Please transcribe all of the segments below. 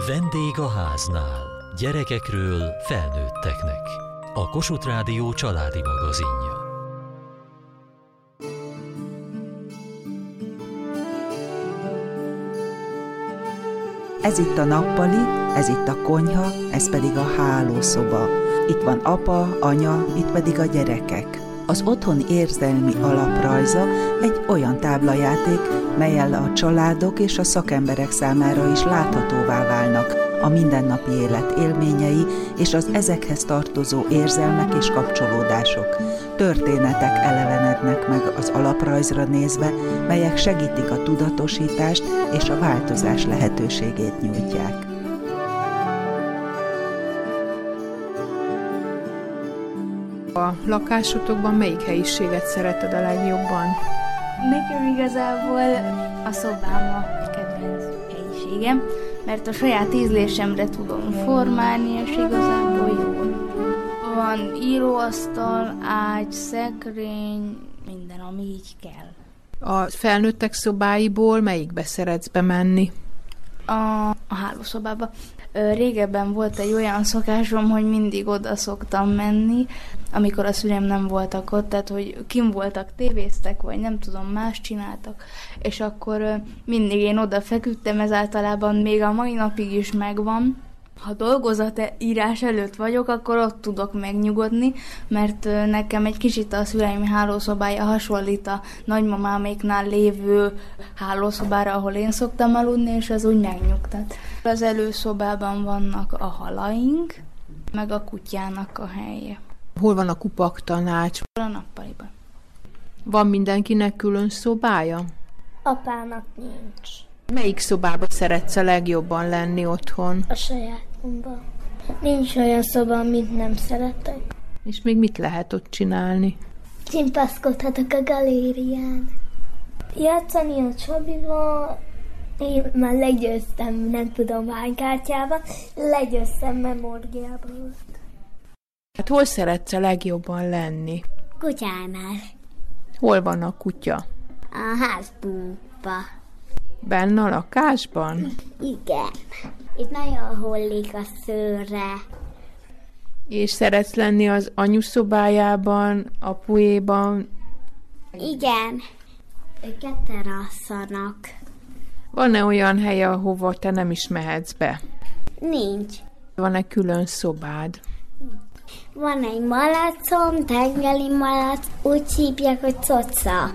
Vendég a háznál. Gyerekekről felnőtteknek. A Kossuth Rádió családi magazinja. Ez itt a nappali, ez itt a konyha, ez pedig a hálószoba. Itt van apa, anya, itt pedig a gyerekek. Az otthon érzelmi alaprajza egy olyan táblajáték, mellyel a családok és a szakemberek számára is láthatóvá válnak a mindennapi élet élményei és az ezekhez tartozó érzelmek és kapcsolódások. Történetek elevenednek meg az alaprajzra nézve, melyek segítik a tudatosítást és a változás lehetőségét nyújtják. A lakásotokban melyik helyiséget szereted a legjobban? Nekem igazából a szobám a kedvenc helyiségem, mert a saját ízlésemre tudom formálni, és igazából jól. Van íróasztal, ágy, szekrény, minden, ami így kell. A felnőttek szobáiból melyikbe szeretsz bemenni? A hálószobába. Régebben volt egy olyan szokásom, hogy mindig oda szoktam menni, amikor a szüleim nem voltak ott, tehát hogy kim voltak, tévéztek, vagy nem tudom, más csináltak, és akkor mindig én oda feküdtem, ez általában még a mai napig is megvan. Ha dolgozatírás előtt vagyok, akkor ott tudok megnyugodni, mert nekem egy kicsit a szüleim hálószobája hasonlít a nagymamáméknál lévő hálószobára, ahol én szoktam aludni, és az úgy megnyugtat. Az előszobában vannak a halaink, meg a kutyának a helye. Hol van a kupaktanács? A nappaliban. Van mindenkinek külön szobája? Apának nincs. Melyik szobába szeretsz a legjobban lenni otthon? A sajátomban. Nincs olyan szoba, amit nem szeretek. És még mit lehet ott csinálni? Csimpaszkodhatok a galérián. Játszani a Csabival. Én már legyőztem, nem tudom hány kártyában. Legyőztem memóriából. Hát hol szeretsz a legjobban lenni? Kutyánál. Hol van a kutya? A házbunkba. Benne a lakásban? Igen. Itt nagyon hullik a szőre. És szeretsz lenni az anyu szobájában, apuéban? Igen. Ők ketten alszanak. Van-e olyan hely, ahova te nem is mehetsz be? Nincs. Van-e külön szobád? Van egy malacom, tengeri malac, úgy hívják, hogy coca.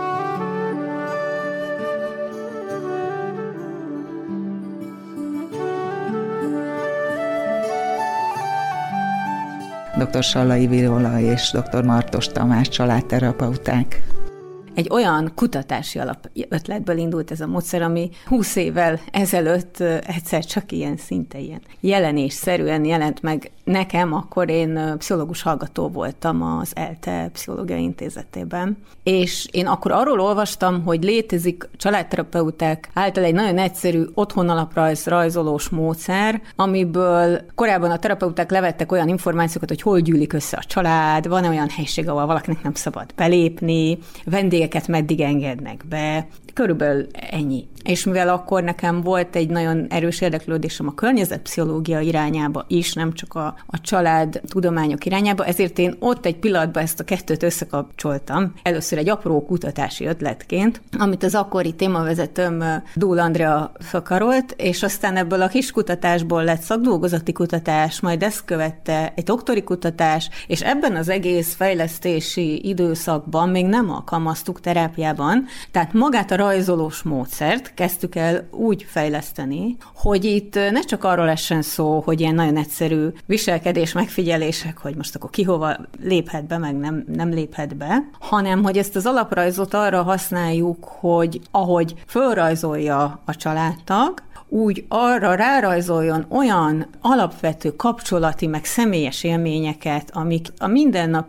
Dr. Sallai Viola és dr. Martos Tamás családterapeuták. Egy olyan kutatási alapötletből indult ez a módszer, ami 20 évvel ezelőtt egyszer csak ilyen szinte ilyen jelenésszerűen jelent meg nekem, akkor én pszichológus hallgató voltam az ELTE Pszichológiai Intézetében, és én akkor arról olvastam, hogy létezik családterapeuták által egy nagyon egyszerű otthonalaprajz rajzolós módszer, amiből korábban a terapeuták levettek olyan információkat, hogy hol gyűlik össze a család, van-e olyan helység, ahol valakinek nem szabad belépni, vendégeket meddig engednek be, körülbelül ennyi. És mivel akkor nekem volt egy nagyon erős érdeklődésem a környezetpszichológia irányába is, nem csak a család tudományok irányába, ezért én ott egy pillanatban ezt a kettőt összekapcsoltam. Először egy apró kutatási ötletként, amit az akkori témavezetőm Dúl Andrea felkarolt, és aztán ebből a kis kutatásból lett szakdolgozati kutatás, majd ezt követte egy doktori kutatás, és ebben az egész fejlesztési időszakban még nem alkalmaztuk terápiában, tehát magát a rajzolós módszert kezdtük el úgy fejleszteni, hogy itt ne csak arról essen szó, hogy ilyen nagyon egyszerű viselkedés megfigyelések, hogy most akkor ki hova léphet be, meg nem léphet be, hanem hogy ezt az alaprajzot arra használjuk, hogy ahogy fölrajzolja a családtag, úgy arra rárajzoljon olyan alapvető kapcsolati, meg személyes élményeket, amik a mindennapi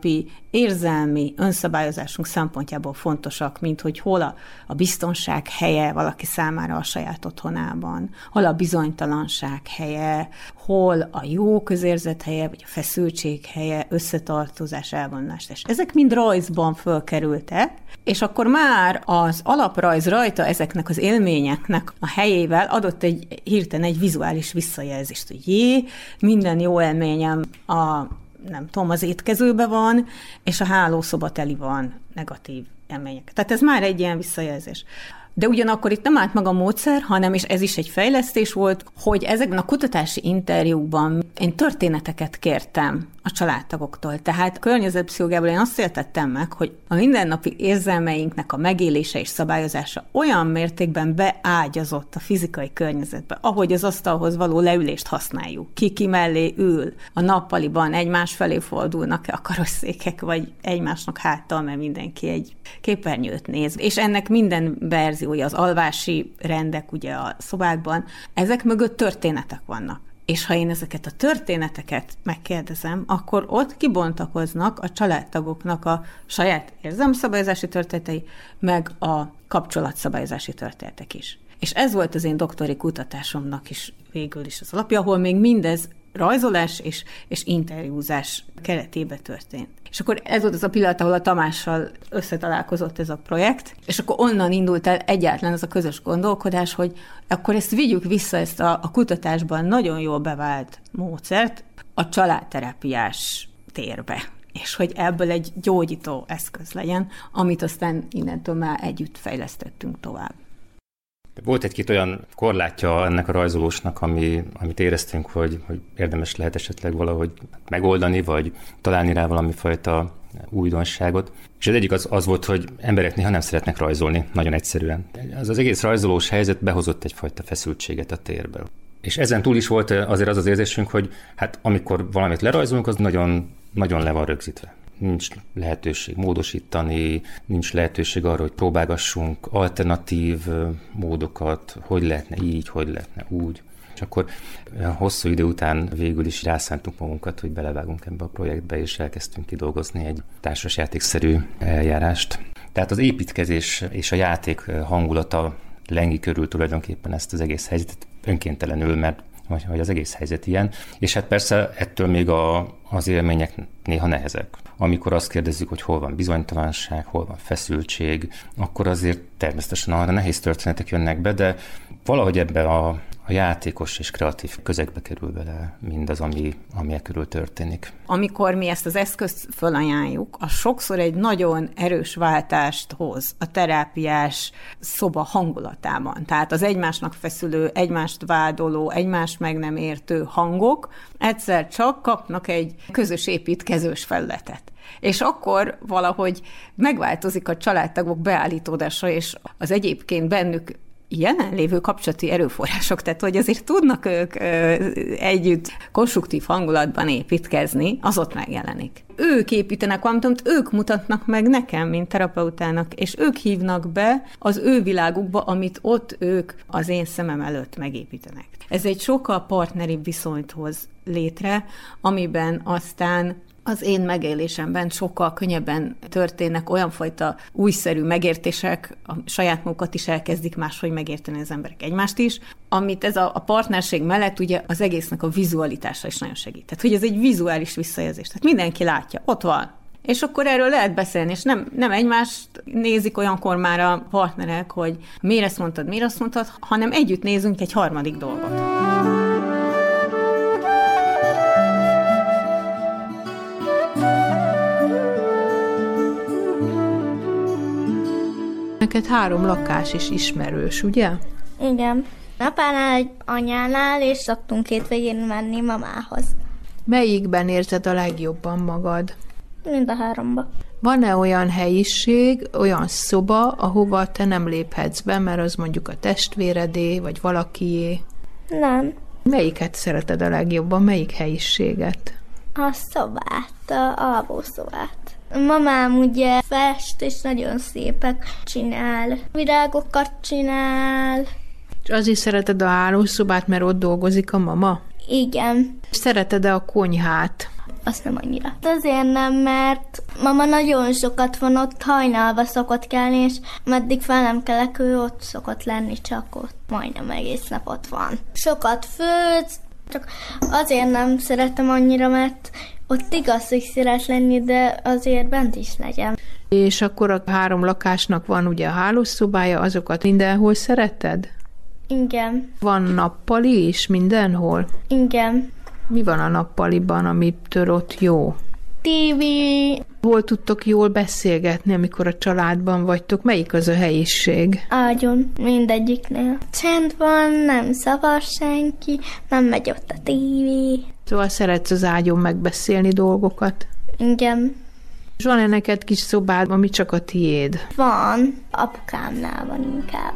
érzelmi önszabályozásunk szempontjából fontosak, mint hogy hol a biztonság helye valaki számára a saját otthonában, hol a bizonytalanság helye, hol a jó közérzet helye, vagy a feszültség helye, összetartozás, elvonulás. Ezek mind rajzban fölkerültek, és akkor már az alaprajz rajta ezeknek az élményeknek a helyével adott hirtelen egy vizuális visszajelzést, hogy minden jó élményem az étkezőben van, és a hálószoba teli van negatív élmények. Tehát ez már egy ilyen visszajelzés. De ugyanakkor itt nem állt meg a módszer, hanem, és ez is egy fejlesztés volt, hogy ezekben a kutatási interjúkban én történeteket kértem a családtagoktól. Tehát környezetpszichológiából én azt értettem meg, hogy a mindennapi érzelmeinknek a megélése és szabályozása olyan mértékben beágyazott a fizikai környezetbe, ahogy az asztalhoz való leülést használjuk. Ki mellé ül, a nappaliban egymás felé fordulnak-e a karosszékek, vagy egymásnak háttal, mert mindenki egy képernyőt néz. És ennek minden verziója, az alvási rendek ugye a szobákban, ezek mögött történetek vannak. És ha én ezeket a történeteket megkérdezem, akkor ott kibontakoznak a családtagoknak a saját érzelmszabályozási történetei, meg a kapcsolatszabályozási történetek is. És ez volt az én doktori kutatásomnak is végül is az alapja, ahol még mindez rajzolás és interjúzás keretébe történt. És akkor ez volt az a pillanat, ahol a Tamással összetalálkozott ez a projekt, és akkor onnan indult el egyáltalán ez a közös gondolkodás, hogy akkor ezt vigyük vissza, ezt a kutatásban nagyon jól bevált módszert a családterápiás térbe, és hogy ebből egy gyógyító eszköz legyen, amit aztán innentől már együtt fejlesztettünk tovább. Volt egy-két olyan korlátja ennek a rajzolósnak, amit éreztünk, hogy érdemes lehet esetleg valahogy megoldani, vagy találni rá valami fajta újdonságot. És az egyik az volt, hogy emberek néha nem szeretnek rajzolni, nagyon egyszerűen. Az egész rajzolós helyzet behozott egyfajta feszültséget a térbe. És ezen túl is volt azért az érzésünk, hogy hát amikor valamit lerajzolunk, az nagyon, nagyon le van rögzítve. Nincs lehetőség módosítani, nincs lehetőség arra, hogy próbálgassunk alternatív módokat, hogy lehetne így, hogy lehetne úgy. És akkor hosszú idő után végül is rászántuk magunkat, hogy belevágunk ebbe a projektbe, és elkezdtünk kidolgozni egy társasjátékszerű eljárást. Tehát az építkezés és a játék hangulata lengi körül tulajdonképpen ezt az egész helyzetet önkéntelenül, mert vagy az egész helyzet ilyen. És hát persze ettől még az élmények néha nehezek. Amikor azt kérdezzük, hogy hol van bizonytalanság, hol van feszültség, akkor azért természetesen arra nehéz történetek jönnek be, de valahogy ebbe a játékos és kreatív közegbe kerül bele mindaz, ami e körül történik. Amikor mi ezt az eszközt felajánljuk, az sokszor egy nagyon erős váltást hoz a terápiás szoba hangulatában. Tehát az egymásnak feszülő, egymást vádoló, egymást meg nem értő hangok egyszer csak kapnak egy közös építkezős felületet. És akkor valahogy megváltozik a családtagok beállítódása, és az egyébként bennük jelenlévő kapcsolati erőforrások, tehát hogy azért tudnak ők együtt konstruktív hangulatban építkezni, az ott megjelenik. Ők építenek valamit, amit ők mutatnak meg nekem, mint terapeutának, és ők hívnak be az ő világukba, amit ott ők az én szemem előtt megépítenek. Ez egy sokkal partneribb viszonyt hoz létre, amiben aztán az én megélésemben sokkal könnyebben történnek olyan fajta újszerű megértések, a saját magukat is elkezdik máshogy megérteni az emberek egymást is, amit ez a partnerség mellett ugye az egésznek a vizualitása is nagyon segít. Tehát, hogy ez egy vizuális visszajelzés. Tehát mindenki látja, ott van. És akkor erről lehet beszélni, és nem egymást nézik olyankor már a partnerek, hogy miért ezt mondtad, hanem együtt nézünk egy harmadik dolgot. Neked 3 lakás is ismerős, ugye? Igen. Apánál, anyánál, és szoktunk hétvégén menni mamához. Melyikben érzed a legjobban magad? Mind a 3-ba. Van-e olyan helyiség, olyan szoba, ahova te nem léphetsz be, mert az mondjuk a testvéredé, vagy valakié? Nem. Melyiket szereted a legjobban, melyik helyiséget? A szobát, a alvószobát. Mamám ugye fest, és nagyon szépek csinál. Virágokat csinál. És azért szereted a hálószobát, mert ott dolgozik a mama? Igen. Szereted-e a konyhát? azt nem annyira. Azért nem, mert mama nagyon sokat van ott, hajnalba szokott kelni, és meddig fel nem kelek, ő ott szokott lenni, csak ott majdnem egész nap ott van. Sokat főz, csak azért nem szeretem annyira, mert ott igaz, hogy szeret lenni, de azért bent is legyen. És akkor a 3 lakásnak van ugye a hálószobája, azokat mindenhol szereted? Igen. Van nappali is mindenhol? Igen. Mi van a nappaliban, amitől ott jó? TV. Hol tudtok jól beszélgetni, amikor a családban vagytok? Melyik az a helyiség? Ágyon, mindegyiknél. Csend van, nem szavar senki, nem megy ott a tévé. Szóval szeretsz az ágyon megbeszélni dolgokat? Igen. És van-e neked kis szobád, ami csak a tiéd? Van, apukámnál van inkább.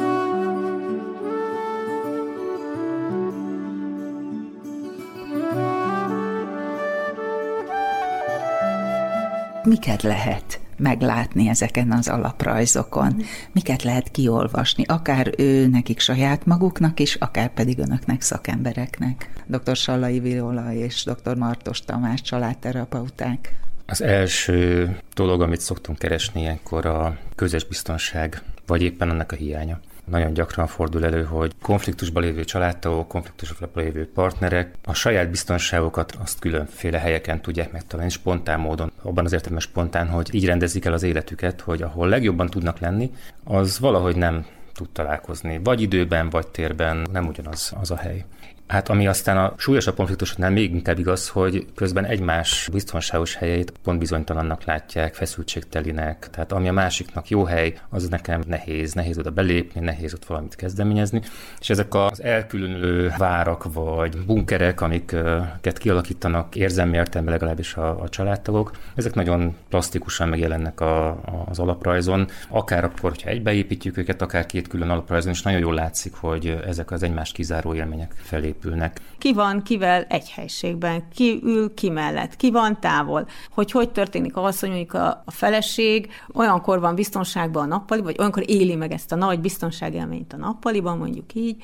Miket lehet meglátni ezeken az alaprajzokon? Miket lehet kiolvasni? Akár ő nekik saját maguknak is, akár pedig önöknek, szakembereknek. Dr. Sallai Viola és dr. Martos Tamás családterapeuták. Az első dolog, amit szoktunk keresni ilyenkor a közös biztonság, vagy éppen annak a hiánya. Nagyon gyakran fordul elő, hogy konfliktusban lévő családtagok, konfliktusban lévő partnerek a saját biztonságokat azt különféle helyeken tudják megtalálni, spontán módon. Abban az értelemben spontán, hogy így rendezik el az életüket, hogy ahol legjobban tudnak lenni, az valahogy nem tud találkozni. Vagy időben, vagy térben, nem ugyanaz az a hely. Hát ami aztán a súlyosabb konfliktusoknál még inkább igaz, hogy közben egymás biztonságos helyeit pont bizonytalannak látják, feszültségtelinek. Tehát ami a másiknak jó hely, az nekem nehéz oda belépni, nehéz ott valamit kezdeményezni. És ezek az elkülönülő várak vagy bunkerek, amiket kialakítanak érzelmi értelemben legalábbis a családtagok, ezek nagyon plastikusan megjelennek az alaprajzon. Akár akkor, hogyha egybeépítjük őket, akár 2 külön alaprajzon, és nagyon jól látszik, hogy ezek az egymást kizáró élmények felé épülnek. Ki van kivel egy helységben, ki ül ki mellett, ki van távol, hogy történik az, hogy mondjuk a feleség olyankor van biztonságban a nappali, vagy olyankor éli meg ezt a nagy biztonságélményt a nappaliban, mondjuk így,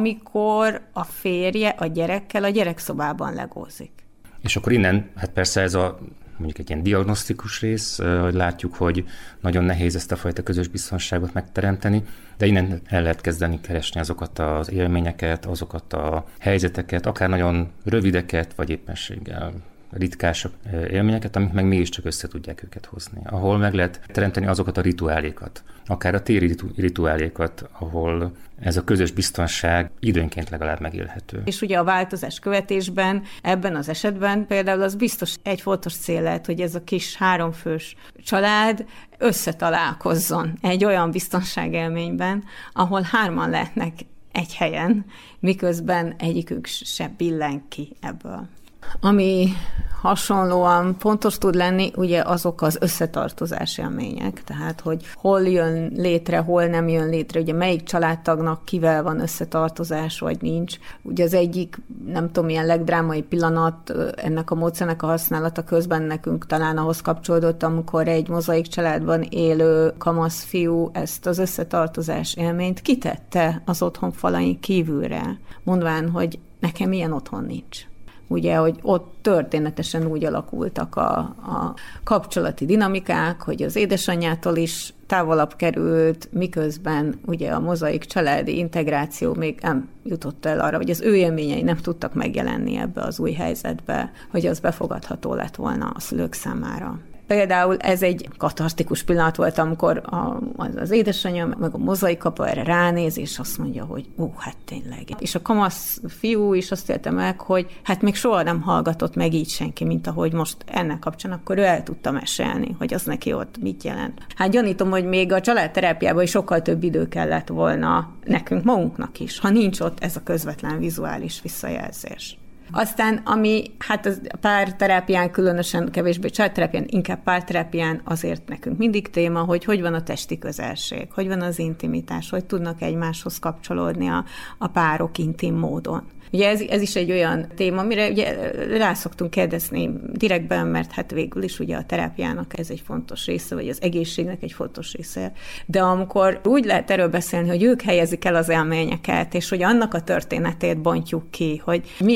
amikor a férje a gyerekkel a gyerekszobában legózik. És akkor innen, hát persze ez mondjuk egy ilyen diagnosztikus rész, hogy látjuk, hogy nagyon nehéz ezt a fajta közös biztonságot megteremteni, de innen el lehet kezdeni keresni azokat az élményeket, azokat a helyzeteket, akár nagyon rövideket, vagy éppenséggel ritkásabb élményeket, amik meg mégiscsak össze tudják őket hozni. Ahol meg lehet teremteni azokat a rituálékat, akár a téri rituálékat, ahol ez a közös biztonság időnként legalább megélhető. És ugye a változás követésben, ebben az esetben például az biztos egy fontos cél lehet, hogy ez a kis 3 fős család összetalálkozzon egy olyan biztonságélményben, ahol 3-an lehetnek egy helyen, miközben egyikük se billen ki ebből. Ami hasonlóan fontos tud lenni, ugye azok az összetartozás élmények, tehát hogy hol jön létre, hol nem jön létre, ugye melyik családtagnak kivel van összetartozás, vagy nincs. Ugye az egyik, nem tudom, ilyen legdrámai pillanat ennek a módszernek a használata közben nekünk talán ahhoz kapcsolódott, amikor egy mozaik családban élő kamasz fiú ezt az összetartozás élményt kitette az otthon falain kívülre, mondván, hogy nekem ilyen otthon nincs. Ugye, hogy ott történetesen úgy alakultak a kapcsolati dinamikák, hogy az édesanyjától is távolabb került, miközben ugye a mozaik családi integráció még nem jutott el arra, hogy az ő élményei nem tudtak megjelenni ebbe az új helyzetbe, hogy az befogadható lett volna a szülők számára. Például ez egy katartikus pillanat volt, amikor az édesanyja meg a mozaik apa erre ránéz, és azt mondja, hogy hát tényleg. És a kamasz fiú is azt élte meg, hogy hát még soha nem hallgatott meg így senki, mint ahogy most ennek kapcsán, akkor ő el tudta mesélni, hogy az neki ott mit jelent. Hát gyanítom, hogy még a családterápiában is sokkal több idő kellett volna nekünk magunknak is, ha nincs ott ez a közvetlen vizuális visszajelzés. Aztán, ami hát a párterápián, különösen kevésbé családterápián, inkább párterápián azért nekünk mindig téma, hogy van a testi közelség, hogy van az intimitás, hogy tudnak egymáshoz kapcsolódni a párok intim módon. Ugye ez is egy olyan téma, amire ugye rá szoktunk kérdezni direktben, mert hát végül is ugye a terápiának ez egy fontos része, vagy az egészségnek egy fontos része. De amikor úgy lehet erről beszélni, hogy ők helyezik el az élményeket, és hogy annak a történetét bontjuk ki, hogy milyen érzés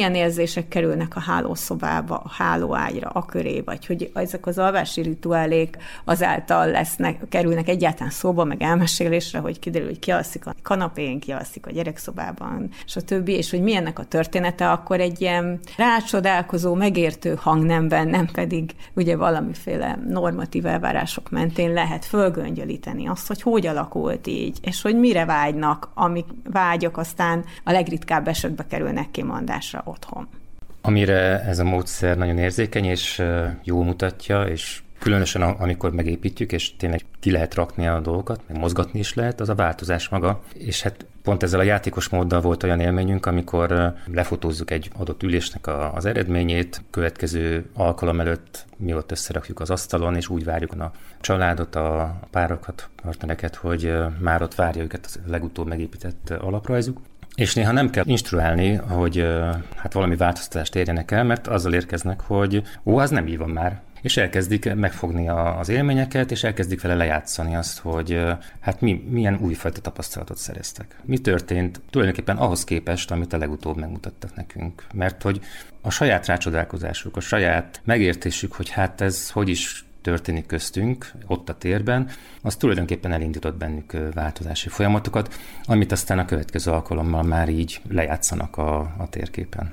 elképzelések kerülnek a hálószobába, a hálóágyra, a köré, vagy hogy ezek az alvási rituálék azáltal kerülnek egyáltalán szóba, meg elmesélésre, hogy kiderül, hogy ki alszik a kanapén, ki alszik a gyerekszobában, stb. És hogy mi ennek a története, akkor egy ilyen rácsodálkozó, megértő hangnemben, nem pedig ugye valamiféle normatív elvárások mentén lehet fölgöngyölíteni azt, hogy alakult így, és hogy mire vágynak, amik vágyak aztán a legritkább esetben kerülnek kimondásra otthon. Amire ez a módszer nagyon érzékeny, és jól mutatja, és különösen amikor megépítjük, és tényleg ki lehet rakni a dolgokat, meg mozgatni is lehet, az a változás maga. És hát pont ezzel a játékos móddal volt olyan élményünk, amikor lefotózzuk egy adott ülésnek az eredményét, következő alkalom előtt mi ott összerakjuk az asztalon, és úgy várjuk a családot, a párokat, partnereket, hogy már ott várja őket a legutóbb megépített alaprajzuk. És néha nem kell instruálni, hogy hát valami változtatást érjenek el, mert azzal érkeznek, hogy az nem így van már. És elkezdik megfogni az élményeket, és elkezdik vele lejátszani azt, hogy hát milyen újfajta tapasztalatot szereztek. Mi történt tulajdonképpen ahhoz képest, amit a legutóbb megmutattak nekünk. Mert hogy a saját rácsodálkozásuk, a saját megértésük, hogy hát ez hogy is történik köztünk, ott a térben, az tulajdonképpen elindított bennük változási folyamatokat, amit aztán a következő alkalommal már így lejátszanak a térképen.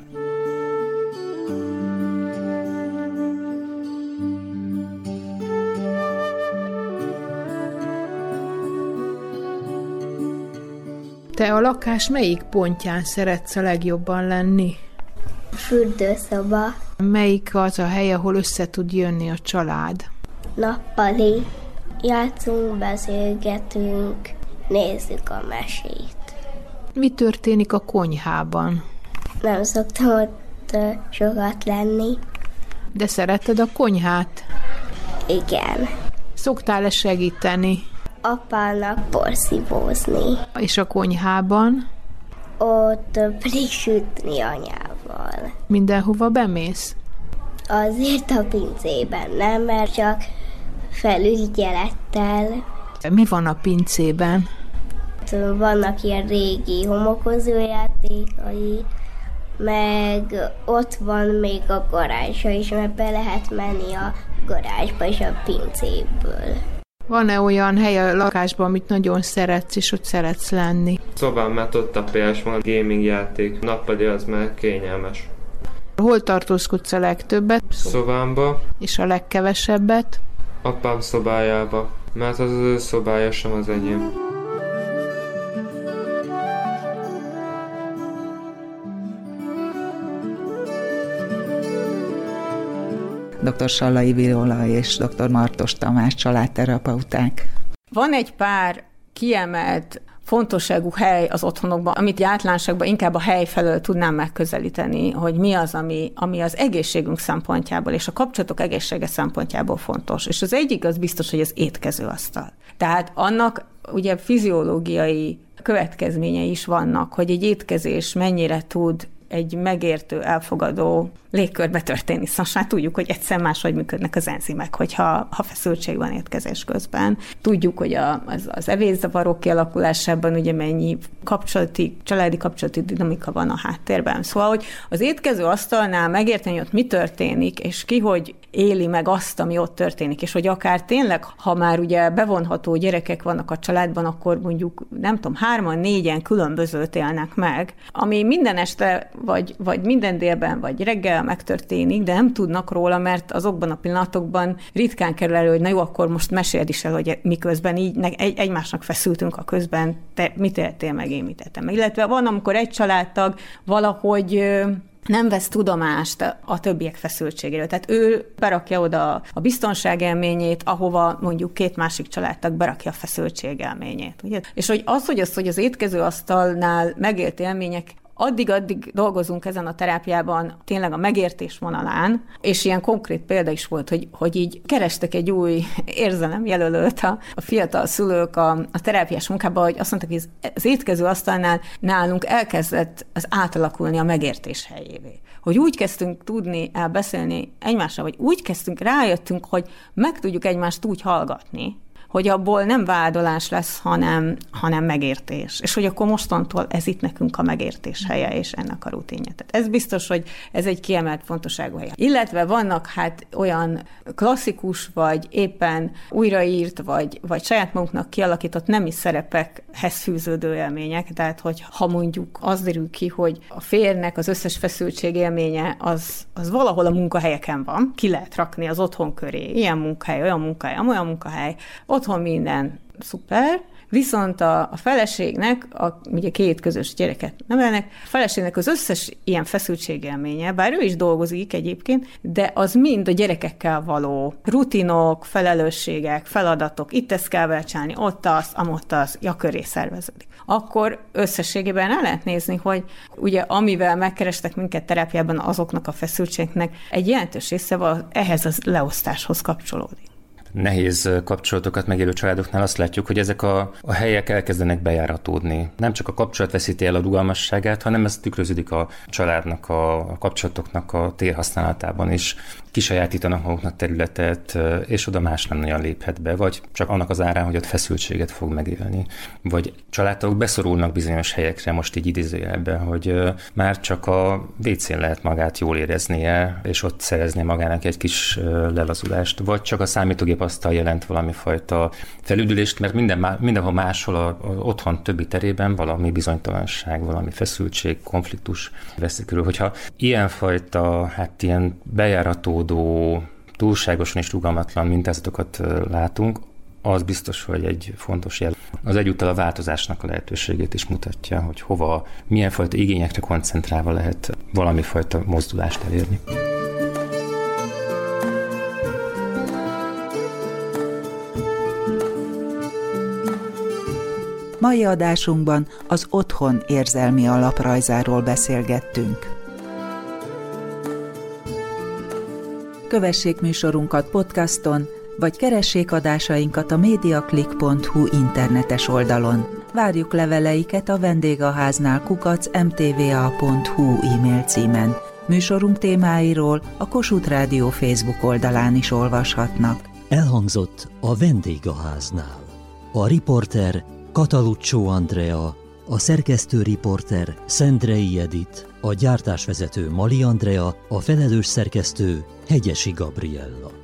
Te a lakás melyik pontján szeretsz a legjobban lenni? Fürdőszoba. Melyik az a hely, ahol össze tud jönni a család? Nappali. Játszunk, beszélgetünk, nézzük a mesét. Mi történik a konyhában? Nem szoktam ott sokat lenni. De szereted a konyhát? Igen. Szoktál-e segíteni? Apának porszívózni. És a konyhában? Ott pedig sütni anyával. Mindenhova bemész? Azért a pincében nem, mert csak felügyelettel. Mi van a pincében? Vannak ilyen régi homokozó játékai, meg ott van még a garázsa is, mert be lehet menni a garázsba és a pincéből. Van-e olyan hely a lakásban, amit nagyon szeretsz, és ott szeretsz lenni? Szobám, mert ott a PS van, gaming játék. Nappali az már kényelmes. Hol tartózkodsz a legtöbbet? Szobámba. És a legkevesebbet? Apám szobájába, mert az ő szobája sem az enyém. Dr. Sallai Viola és dr. Martos Tamás családterapeuták. Van egy pár kiemelt fontosságú hely az otthonokban, amit általánosságban inkább a hely felől tudnám megközelíteni, hogy mi az, ami az egészségünk szempontjából és a kapcsolatok egészsége szempontjából fontos. És az egyik az biztos, hogy az étkezőasztal. Tehát annak ugye fiziológiai következményei is vannak, hogy egy étkezés mennyire tud egy megértő, elfogadó légkörbe történni. Szóval tudjuk, hogy egyszer máshogy működnek az enzimek, hogyha feszültség van étkezés közben. Tudjuk, hogy az evészavarok kialakulásában ugye mennyi családi kapcsolati dinamika van a háttérben. Szóval, hogy az étkező asztalnál megérteni, hogy ott mi történik, és ki hogy éli meg azt, ami ott történik, és hogy akár tényleg, ha már ugye bevonható gyerekek vannak a családban, akkor mondjuk, nem tudom, 3-4 különbözőt élnek meg, ami minden este, vagy minden délben, vagy reggel megtörténik, de nem tudnak róla, mert azokban a pillanatokban ritkán kerül elő, hogy na jó, akkor most meséld is el, hogy miközben így egymásnak feszültünk a közben, te mit éltél meg, én mit éltem meg. Illetve van, amikor egy családtag valahogy nem vesz tudomást a többiek feszültségéről. Tehát ő berakja oda a biztonságélményét, ahova mondjuk 2 másik családtag berakja a feszültségélményét. Ugye? És hogy az étkezőasztalnál megélt élmények, addig dolgozunk ezen a terápiában tényleg a megértés vonalán, és ilyen konkrét példa is volt, hogy így kerestek egy új érzelemjelölőt a fiatal szülők a terápiás munkában, hogy azt mondták, hogy az étkező asztalnál nálunk elkezdett az átalakulni a megértés helyévé. Hogy úgy kezdtünk tudni elbeszélni egymással, vagy úgy rájöttünk, hogy meg tudjuk egymást úgy hallgatni, hogy abból nem vádolás lesz, hanem megértés. És hogy akkor mostantól ez itt nekünk a megértés helye, és ennek a rutinja. Tehát ez biztos, hogy ez egy kiemelt fontosságú helye. Illetve vannak hát olyan klasszikus, vagy éppen újraírt, vagy saját magunknak kialakított nemi szerepekhez fűződő élmények. Tehát, hogy ha mondjuk az derül ki, hogy a férnek az összes feszültség élménye az valahol a munkahelyeken van, ki lehet rakni az otthon köré, ilyen munkahely, olyan munkahely, olyan munkahely, otthon minden szuper, viszont a feleségnek, ugye 2 közös gyereket nevelnek, a feleségnek az összes ilyen feszültségélménye, bár ő is dolgozik egyébként, de az mind a gyerekekkel való rutinok, felelősségek, feladatok, itt ezt kell vele, ott az, köré szerveződik. Akkor összességében el lehet nézni, hogy ugye amivel megkerestek minket terápiában, azoknak a feszültségnek egy jelentős része ehhez a leosztáshoz kapcsolódik. Nehéz kapcsolatokat megélő családoknál azt látjuk, hogy ezek a helyek elkezdenek bejáratódni. Nem csak a kapcsolat veszíti el a rugalmasságát, hanem ez tükröződik a családnak, a kapcsolatoknak a térhasználatában is. Kisajátítanak maguknak területet, és oda más nem nagyon léphet be, vagy csak annak az árán, hogy ott feszültséget fog megélni. Vagy családtagok beszorulnak bizonyos helyekre, most így idézőjelben, hogy már csak a WC-n lehet magát jól éreznie, és ott szerezni magának egy kis lelazulást, vagy csak a számítógép asztal jelent valami fajta felüdülést, mert mindenhol máshol az otthon többi terében valami bizonytalanság, valami feszültség, konfliktus veszik körül. Hogyha ilyenfajta, ilyen bejáratódó, túlságosan és rugalmatlan mintázatokat látunk, az biztos, hogy egy fontos jel. Az egyúttal a változásnak a lehetőségét is mutatja, hogy hova, milyen fajta igényekre koncentrálva lehet valami fajta mozdulást elérni. Mai adásunkban az otthon érzelmi alaprajzáról beszélgettünk. Kövessék műsorunkat podcaston, vagy keressék adásainkat a mediaclick.hu internetes oldalon. Várjuk leveleiket a vendégháznál @mtva.hu e-mail címen. Műsorunk témáiról a Kossuth Rádió Facebook oldalán is olvashatnak. Elhangzott a vendégháznál. A riporter Cataluccio Andrea, a szerkesztő riporter Szendrei Edith, a gyártásvezető Mali Andrea, a felelős szerkesztő Hegyesi Gabriella.